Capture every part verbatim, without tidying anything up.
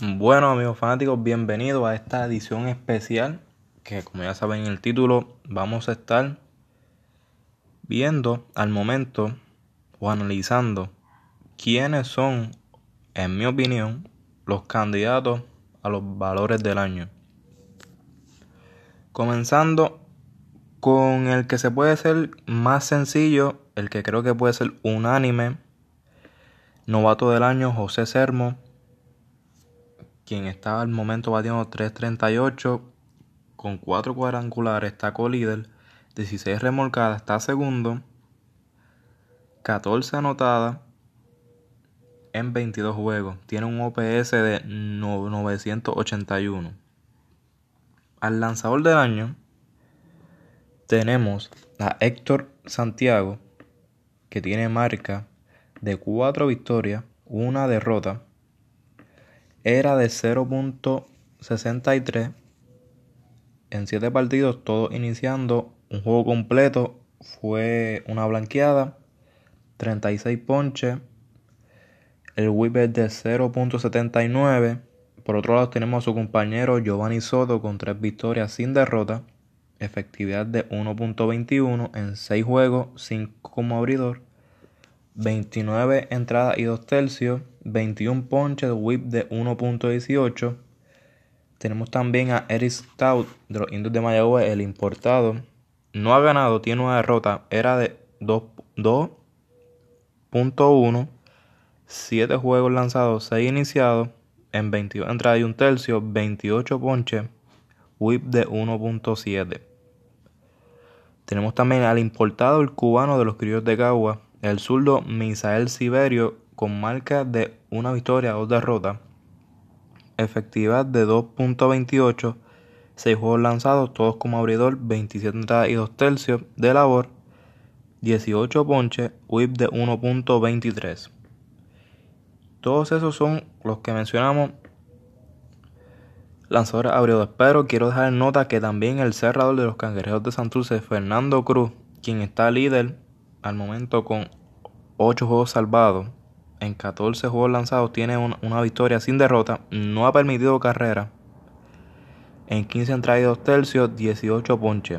Bueno, amigos fanáticos, bienvenidos a esta edición especial que, como ya saben en el título, vamos a estar viendo al momento o analizando quiénes son, en mi opinión, los candidatos a los valores del año. Comenzando con el que se puede ser más sencillo, el que creo que puede ser unánime, novato del año, José Sermo, quien está al momento batiendo tres treinta y ocho con cuatro cuadrangulares, está co-líder, dieciséis remolcadas, está segundo, catorce anotadas en veintidós juegos, tiene un O P S de novecientos ochenta y uno. Al lanzador del año tenemos a Héctor Santiago, que tiene marca de cuatro victorias, una derrota, era de cero punto sesenta y tres en siete partidos, todos iniciando un juego completo, fue una blanqueada, treinta y seis ponches, el whip es de cero punto setenta y nueve. Por otro lado tenemos a su compañero Giovanni Soto con tres victorias sin derrota, efectividad de uno punto veintiuno en seis juegos, cinco como abridor, veintinueve entradas y dos tercios, veintiún ponches, whip de uno punto dieciocho. Tenemos también a Eric Stout de los Indios de Mayagüez, el importado. No ha ganado, tiene una derrota, era de dos punto uno, siete juegos lanzados, seis iniciados, en veintidós entradas y un tercio, veintiocho ponches, whip de uno punto siete. Tenemos también al importado, el cubano de los Criollos de Cagua, el zurdo Misael Siverio, con marca de una victoria, dos derrotas, efectividad de dos punto veintiocho, seis juegos lanzados, todos como abridor, veintisiete entradas y dos tercios de labor, dieciocho ponches, whip de uno punto veintitrés. Todos esos son los que mencionamos lanzadores abridores, pero quiero dejar nota que también el cerrador de los Cangrejos de Santurce, Fernando Cruz, quien está líder al momento con ocho juegos salvados, en catorce juegos lanzados tiene una, una victoria sin derrota, no ha permitido carrera, en quince entradas y dos tercios, dieciocho ponches.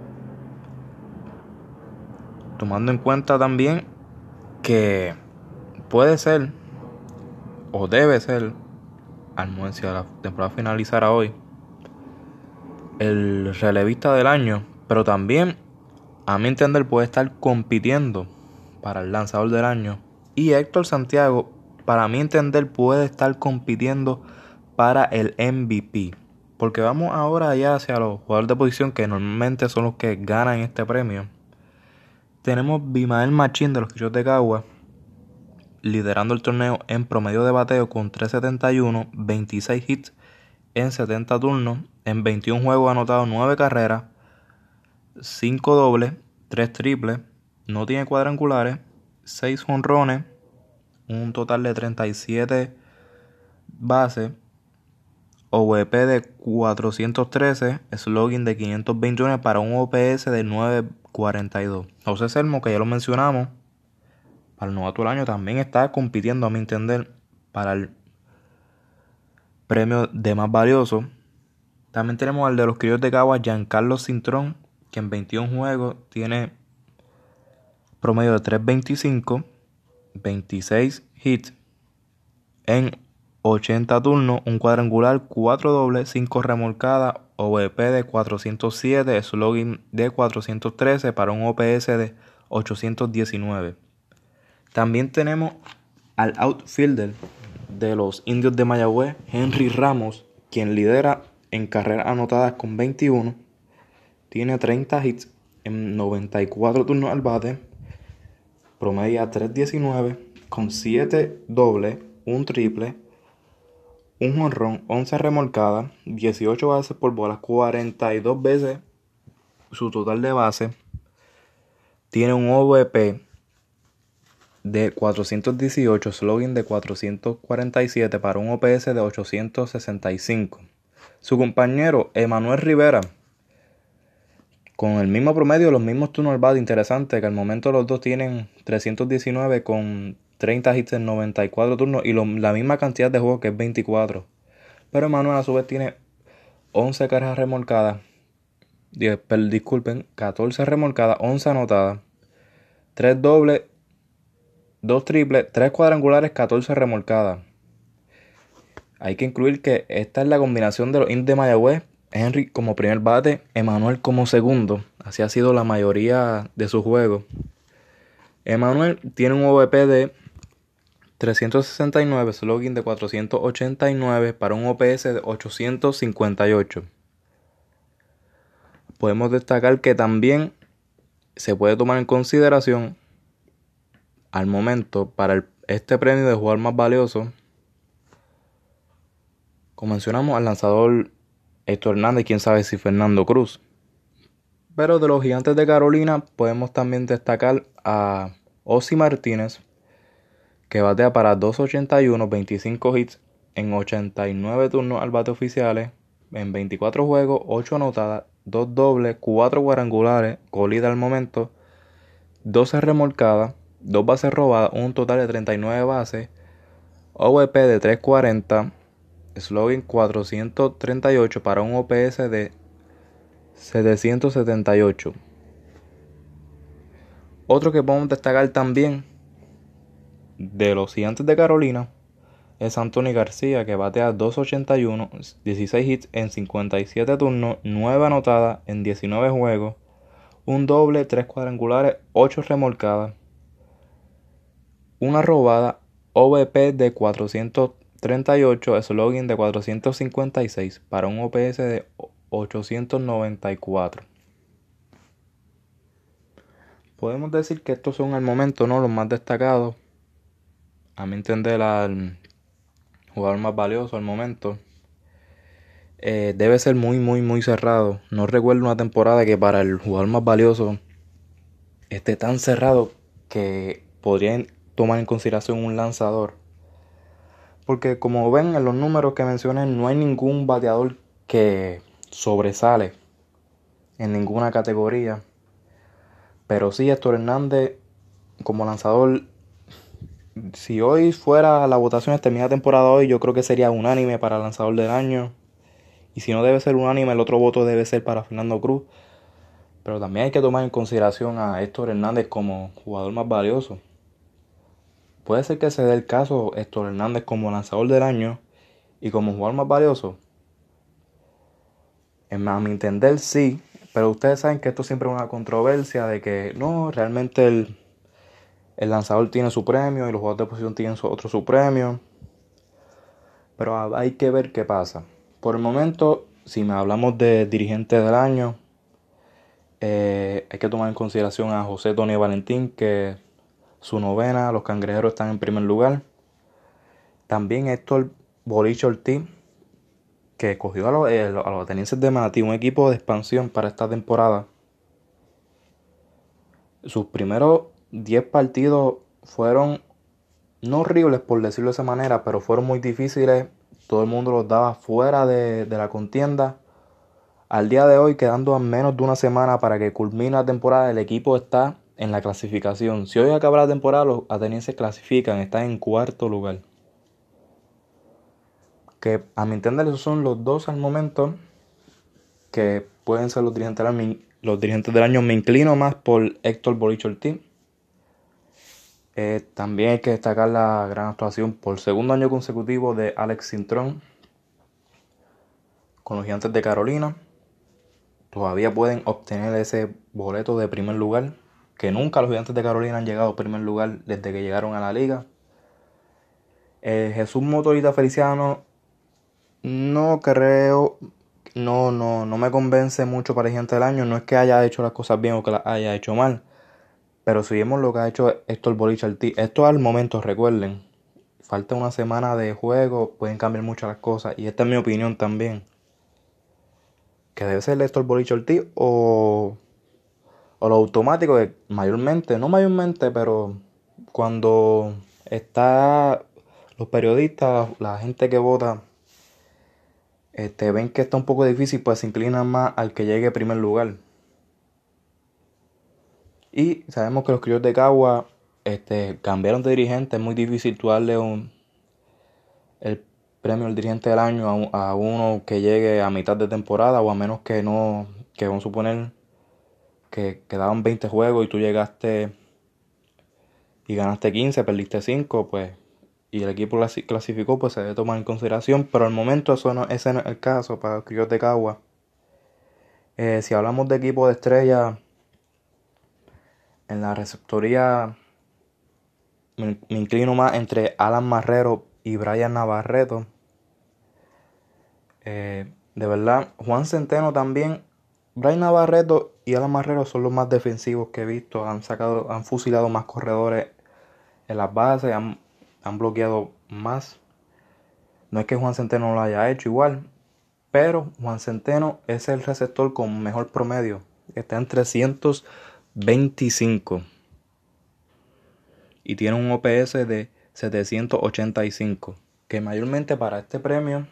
Tomando en cuenta también que puede ser o debe ser, al momento de la temporada finalizara hoy, el relevista del año, pero también, a mi entender, puede estar compitiendo para el lanzador del año. Y Héctor Santiago, para mi entender, puede estar compitiendo para el M V P. Porque vamos ahora ya hacia los jugadores de posición que normalmente son los que ganan este premio. Tenemos Bimael Machín de los Criollos de Cagua, liderando el torneo en promedio de bateo con tres setenta y uno, veintiséis hits en setenta turnos, en veintiún juegos ha anotado nueve carreras, cinco dobles, tres triples, no tiene cuadrangulares, seis jonrones, un total de treinta y siete bases, O V P de cuatrocientos trece, slugging de quinientos veintiuno para un O P S de nueve cuarenta y dos. José Sermo, que ya lo mencionamos, para el novato del año también está compitiendo, a mi entender, para el premio de más valioso. También tenemos al de los Criollos de Cagua, Giancarlo Cintrón, que en veintiún juegos tiene promedio de tres veinticinco, veintiséis hits en ochenta turnos, un cuadrangular, cuatro dobles, cinco remolcadas, O V P de cuatrocientos siete, slugging de cuatrocientos trece para un O P S de ochocientos diecinueve. También tenemos al outfielder de los Indios de Mayagüez, Henry Ramos, quien lidera en carreras anotadas con veintiuno, tiene treinta hits en noventa y cuatro turnos al bate, promedia tres diecinueve con siete dobles, un triple, un jonrón, once remolcadas, dieciocho bases por bolas, cuarenta y dos veces su total de base. Tiene un O V P de cuatrocientos dieciocho, slugging de cuatrocientos cuarenta y siete para un O P S de ochocientos sesenta y cinco. Su compañero Emanuel Rivera, con el mismo promedio, los mismos turnos al bate, interesante que al momento los dos tienen trescientos diecinueve con treinta hits en noventa y cuatro turnos y lo, la misma cantidad de juegos, que es veinticuatro. Pero Emanuel a su vez tiene once carreras remolcadas. Disculpen, catorce remolcadas, once anotadas, tres dobles, dos triples, tres cuadrangulares, catorce remolcadas. Hay que incluir que esta es la combinación de los Indios de Mayagüez. Henry como primer bate, Emanuel como segundo. Así ha sido la mayoría de sus juegos. Emanuel tiene un O V P de trescientos sesenta y nueve, slugging de cuatrocientos ochenta y nueve para un O P S de ochocientos cincuenta y ocho. Podemos destacar que también se puede tomar en consideración al momento para el, este premio de jugador más valioso. Como mencionamos, al lanzador Héctor Hernández, quién sabe si Fernando Cruz. Pero de los Gigantes de Carolina podemos también destacar a Ozzy Martínez, que batea para dos ochenta y uno, veinticinco hits en ochenta y nueve turnos al bate oficiales, en veinticuatro juegos, ocho anotadas, dos dobles, cuatro cuadrangulares, colida al momento, doce remolcadas, dos bases robadas, un total de treinta y nueve bases, O V P de trescientos cuarenta, slugging cuatrocientos treinta y ocho para un O P S de setecientos setenta y ocho. Otro que podemos destacar también de los Gigantes de Carolina es Anthony García, que batea dos ochenta y uno, dieciséis hits en cincuenta y siete turnos, nueve anotadas en diecinueve juegos, un doble, tres cuadrangulares, ocho remolcadas, una robada, O V P de cuatrocientos treinta y ocho, slugging de cuatrocientos cincuenta y seis para un O P S de ochocientos noventa y cuatro. Podemos decir que estos son al momento, ¿no?, los más destacados. A mi entender, el jugador más valioso al momento. Eh, debe ser muy, muy, muy cerrado. No recuerdo una temporada que para el jugador más valioso esté tan cerrado que podrían tomar en consideración un lanzador. Porque como ven en los números que mencioné, no hay ningún bateador que sobresale en ninguna categoría. Pero sí, Héctor Hernández como lanzador, si hoy fuera la votación, termina la temporada hoy, yo creo que sería unánime para lanzador del año. Y si no debe ser unánime, el otro voto debe ser para Fernando Cruz. Pero también hay que tomar en consideración a Héctor Hernández como jugador más valioso. Puede ser que se dé el caso Héctor Hernández como lanzador del año y como jugador más valioso. A mi entender sí, pero ustedes saben que esto siempre es una controversia de que no, realmente el, el lanzador tiene su premio y los jugadores de posición tienen su, otro su premio. Pero hay que ver qué pasa. Por el momento, si me hablamos de dirigente del año, eh, hay que tomar en consideración a José Tony Valentín, que su novena, los Cangrejeros están en primer lugar. También Héctor Boliche Ortiz, que cogió a los, eh, a los atenienses de Manatí, un equipo de expansión para esta temporada. Sus primeros diez partidos fueron no horribles, por decirlo de esa manera, pero fueron muy difíciles. Todo el mundo los daba fuera de, de la contienda. Al día de hoy, quedando a menos de una semana para que culmine la temporada, el equipo está en la clasificación. Si hoy acaba la temporada, los atenienses clasifican, están en cuarto lugar. Que a mi entender esos son los dos al momento que pueden ser los dirigentes del año. Los dirigentes del año. Me inclino más por Héctor Boliche Ortiz. Eh, también hay que destacar la gran actuación por segundo año consecutivo de Alex Cintrón con los Gigantes de Carolina. Todavía pueden obtener ese boleto de primer lugar, que nunca los Gigantes de Carolina han llegado a primer lugar desde que llegaron a la liga. Eh, Jesús Motorita Feliciano, no creo, no, no, no me convence mucho para el Gigante del año. No es que haya hecho las cosas bien o que las haya hecho mal, pero si vemos lo que ha hecho Héctor Boliche Ortiz, esto al momento, recuerden, falta una semana de juego, pueden cambiar muchas las cosas, y esta es mi opinión también, que debe ser Héctor Boliche Ortiz o, o lo automático, que mayormente, no mayormente, pero cuando está los periodistas, la gente que vota, este, ven que está un poco difícil, pues se inclinan más al que llegue a primer lugar. Y sabemos que los Criollos de Cagua este, cambiaron de dirigente. Es muy difícil tú darle un, el premio al dirigente del año a, un- a uno que llegue a mitad de temporada, o a menos que no, que vamos a suponer que quedaban veinte juegos y tú llegaste y ganaste quince, perdiste cinco, pues, y el equipo clasi- clasificó, pues se debe tomar en consideración, pero al momento eso no, ese no es el caso para los Criollos de Cagua. Eh, si hablamos de equipo de estrella, en la receptoría me, me inclino más entre Alan Marrero y Brian Navarreto. Eh, de verdad, Juan Centeno también. Brian Navarreto y Alan Marrero son los más defensivos que he visto. Han sacado, han fusilado más corredores en las bases, han, han bloqueado más. No es que Juan Centeno no lo haya hecho igual, pero Juan Centeno es el receptor con mejor promedio. Está en trescientos veinticinco y tiene un O P S de setecientos ochenta y cinco, que mayormente para este premio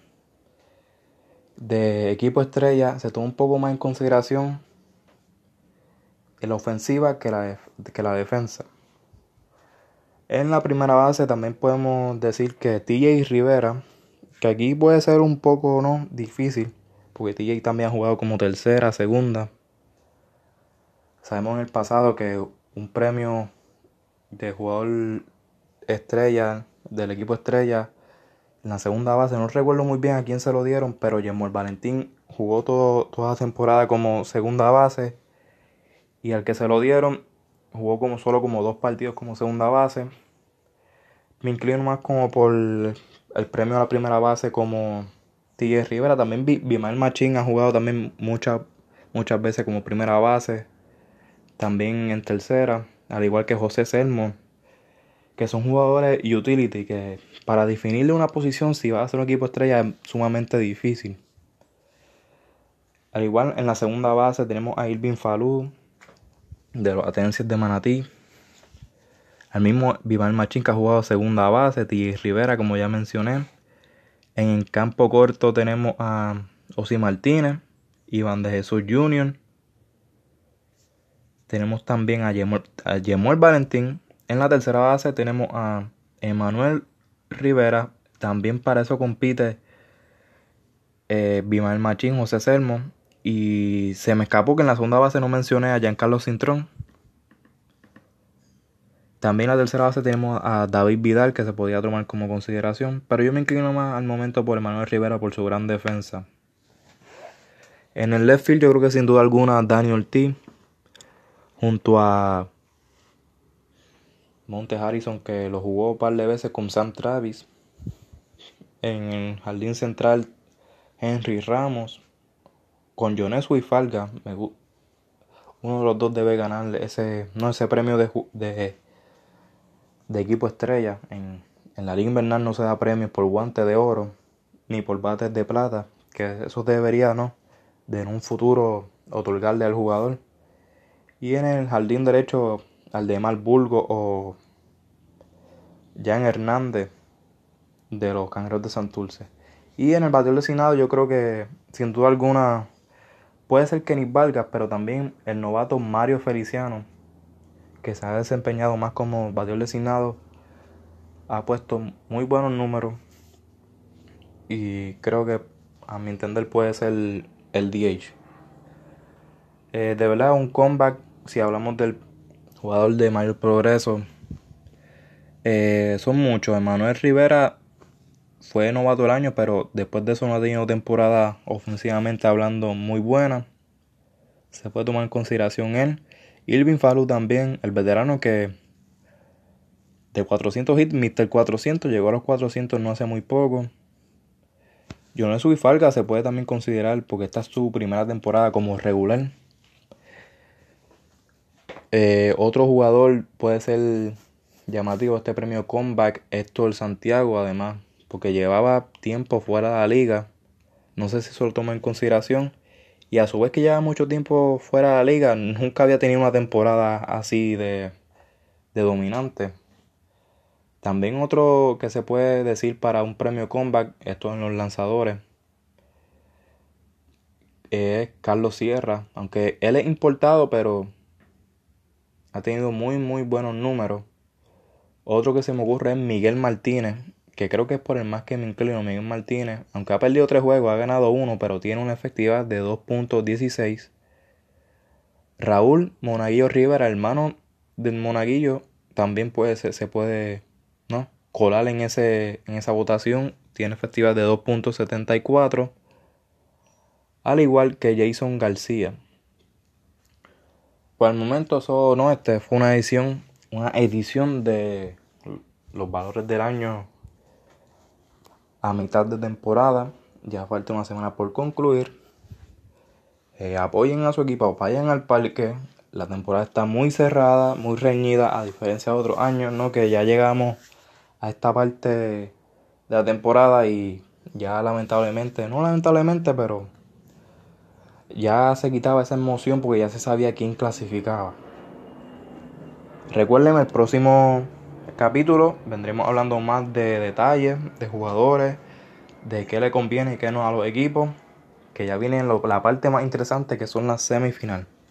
de equipo estrella se toma un poco más en consideración en la ofensiva que la, que la defensa. En la primera base también podemos decir que T J Rivera, que aquí puede ser un poco no difícil, porque T J también ha jugado como tercera, segunda. Sabemos en el pasado que un premio de jugador estrella, del equipo estrella, en la segunda base, no recuerdo muy bien a quién se lo dieron, pero Yemol Valentín jugó todo, toda la temporada como segunda base, y al que se lo dieron jugó como solo como dos partidos como segunda base. Me inclino más como por el premio a la primera base como T J Rivera. También Bimael Machín ha jugado también muchas muchas veces como primera base, también en tercera, al igual que José Selmo, que son jugadores utility, que para definirle una posición si va a ser un equipo estrella es sumamente difícil. Al igual en la segunda base tenemos a Irving Falú de los Atencias de Manatí. Al mismo Bimael Machín, que ha jugado segunda base. T J Rivera, como ya mencioné. En el campo corto tenemos a Osi Martínez, Iván de Jesús junior Tenemos también a Yemol, a Yemol Valentín. En la tercera base tenemos a Emanuel Rivera. También para eso compite eh, Bimael Machín, José Selmo. Y se me escapó que en la segunda base no mencioné a Giancarlo Cintrón. También en la tercera base tenemos a David Vidal, que se podía tomar como consideración, pero yo me inclino más al momento por Emanuel Rivera por su gran defensa. En el left field yo creo que sin duda alguna Dani Ortiz, junto a Monte Harrison, que lo jugó un par de veces con Sam Travis. En el jardín central Henry Ramos, con Yonesu y Falga. Uno de los dos debe ganar ese, no, ese premio de, de, de equipo estrella. En, en la liga invernal no se da premios por guante de oro ni por bates de plata, que eso debería, ¿no?, de en un futuro otorgarle al jugador. Y en el jardín derecho Aldemar Burgos o Jan Hernández de los Cangrejeros de Santurce. Y en el bateador designado yo creo que sin duda alguna puede ser Kenny Vargas, pero también el novato Mario Feliciano, que se ha desempeñado más como bateador designado, ha puesto muy buenos números y creo que a mi entender puede ser el, el D H. Eh, de verdad un comeback, si hablamos del jugador de mayor progreso, eh, son muchos. Emanuel Rivera fue novato del año, pero después de eso no ha tenido temporada ofensivamente hablando muy buena. Se puede tomar en consideración él. Irving Falú también, el veterano que de cuatrocientos hits, míster cuatrocientos, llegó a los cuatrocientos no hace muy poco. Yonesu y Falga se puede también considerar porque esta es su primera temporada como regular. Eh, otro jugador puede ser llamativo este premio comeback, Héctor Santiago, además, porque llevaba tiempo fuera de la liga. No sé si eso lo toma en consideración. Y a su vez que lleva mucho tiempo fuera de la liga, nunca había tenido una temporada así de, de dominante. También otro que se puede decir para un premio comeback, esto en los lanzadores, es Carlos Sierra. Aunque él es importado, pero ha tenido muy muy buenos números. Otro que se me ocurre es Miguel Martínez, que creo que es por el más que me inclino, Miguel Martínez, aunque ha perdido tres juegos, ha ganado uno, pero tiene una efectividad de dos punto dieciséis. Raúl Monaguillo Rivera, hermano del Monaguillo, también puede ser, se puede, ¿no?, colar en, ese, en esa votación. Tiene efectividad de dos punto setenta y cuatro. Al igual que Jason García. Por el momento, eso no, este fue una edición, una edición de los valores del año a mitad de temporada. Ya falta una semana por concluir. Eh, apoyen a su equipo, vayan al parque. La temporada está muy cerrada, muy reñida, a diferencia de otros años, ¿no?, que ya llegamos a esta parte de la temporada y ya lamentablemente, no lamentablemente, pero ya se quitaba esa emoción porque ya se sabía quién clasificaba. Recuerden, el próximo capítulo vendremos hablando más de detalles, de jugadores, de qué le conviene y qué no a los equipos, que ya viene la parte más interesante, que son las semifinales.